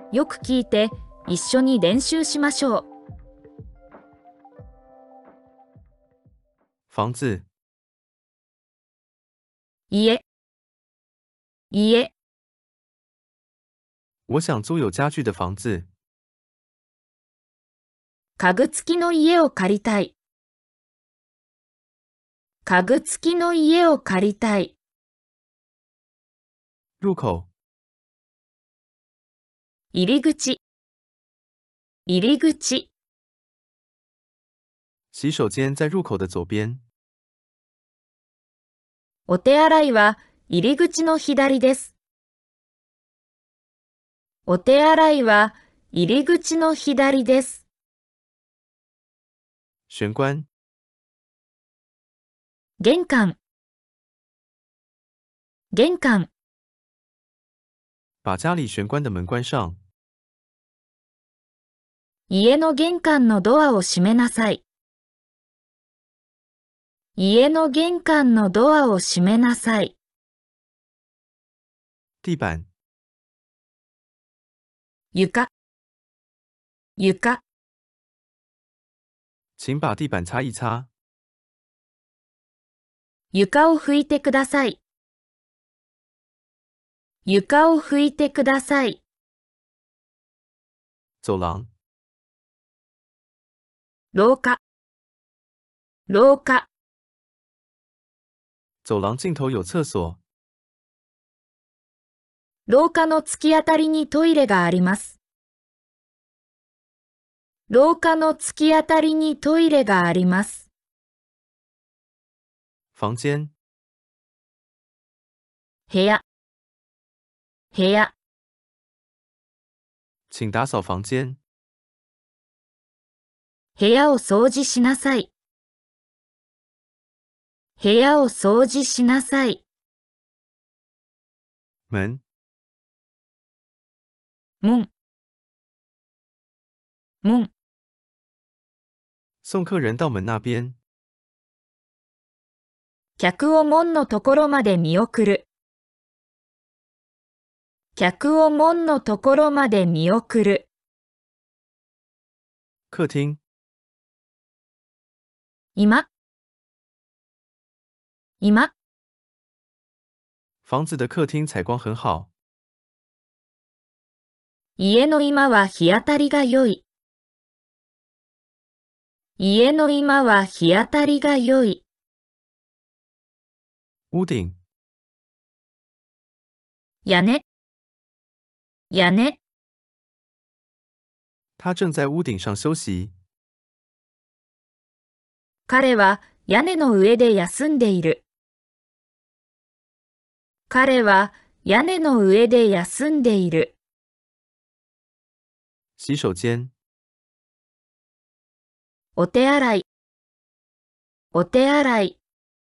よく聞いて、一緒に練習しましょう。 房子、 家、家、 我想租有家具的房子。 家具付きの家を借りたい。家具付きの家を借りたい。 入口、 入り口、入り口。 洗手间在入口的左边。 お手洗いは入り口の左です。お手洗いは入り口の左です。 玄关、 玄関、玄関。 把家里玄关的门关上。 家の玄関のドアを閉めなさい。家の玄関のドアを閉めなさい。 地板、 床、床。 请把地板擦一擦。 床を拭いてください。床を拭いてください。 走廊、 廊下、廊下。 走廊尽头有厕所。 廊下の突き当たりにトイレがあります。廊下の突き当たりにトイレがあります。 房间、 部屋、部屋。 请打扫房间。 部屋を掃除しなさい。部屋を掃除しなさい。 门、 門、門。 送客人到门那边。 客を門のところまで見送る。客を門のところまで見送る。 客厅、 今、今。 房子的客厅采光很好。 家の今は日当たりが良い。家の今は日当たりが良い。 屋顶、 屋根、屋根。 他正在屋顶上休息。 彼は屋根の上で休んでいる。彼は屋根の上で休んでいる。 洗手间、 お手洗い、お手洗い。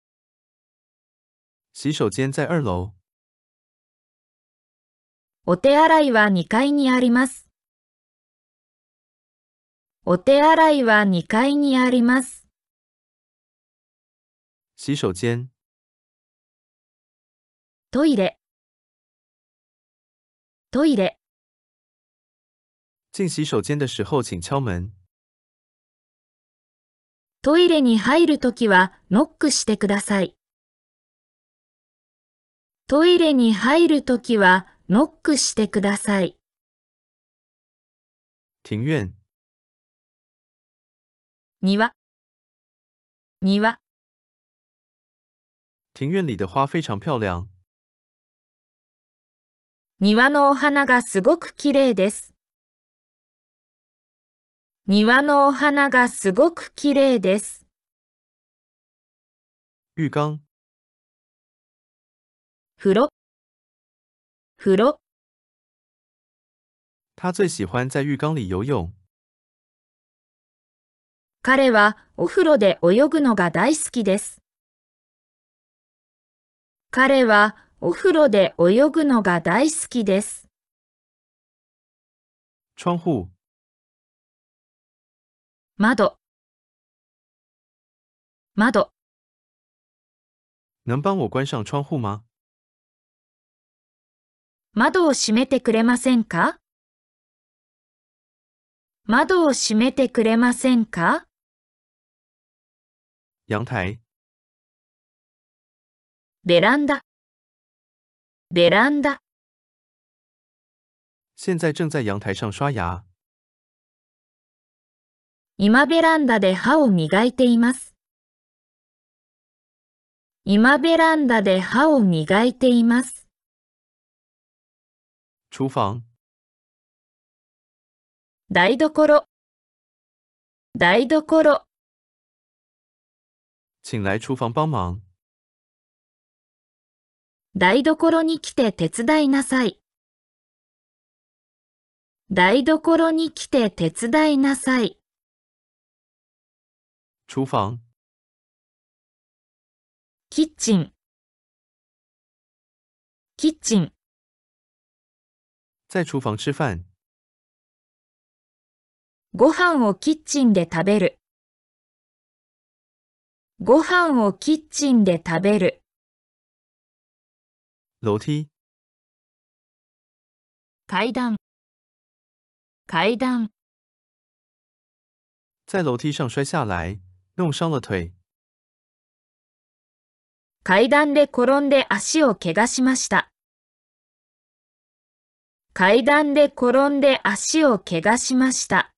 洗手间在二楼。 お手洗いは2階にあります。お手洗いは2階にあります。 洗手间、 トイレ、トイレ。 进洗手间的时候请敲门。 トイレに入るときはノックしてください。トイレに入るときはノックしてください。 庭院、 庭、庭。 庭院里的花非常漂亮。 庭のお花がすごくきれいです。庭のお花がすごくきれいです。 浴缸、 風呂、風呂。 他最喜欢在浴缸里游泳。 彼はお風呂で泳ぐのが大好きです。彼はお風呂で泳ぐのが大好きです。 窗户、 窓、窓。 能帮我关上窗户吗？ 窓を閉めてくれませんか？ 窓を閉めてくれませんか？ 阳台、 ベランダ、ベランダ。 现在正在阳台上刷牙。 今ベランダで歯を磨いています。今ベランダで歯を磨いています。 厨房、 台所、台所。 请来厨房帮忙。 台所に来て手伝いなさい。台所に来て手伝いなさい。 厨房、 キッチン、キッチン。 在厨房吃饭。 ご飯をキッチンで食べる。ご飯をキッチンで食べる。 楼梯、 階段、階段。 在楼梯上摔下来，弄伤了腿。 階段で転んで足を怪我しました。階段で転んで足を怪我しました。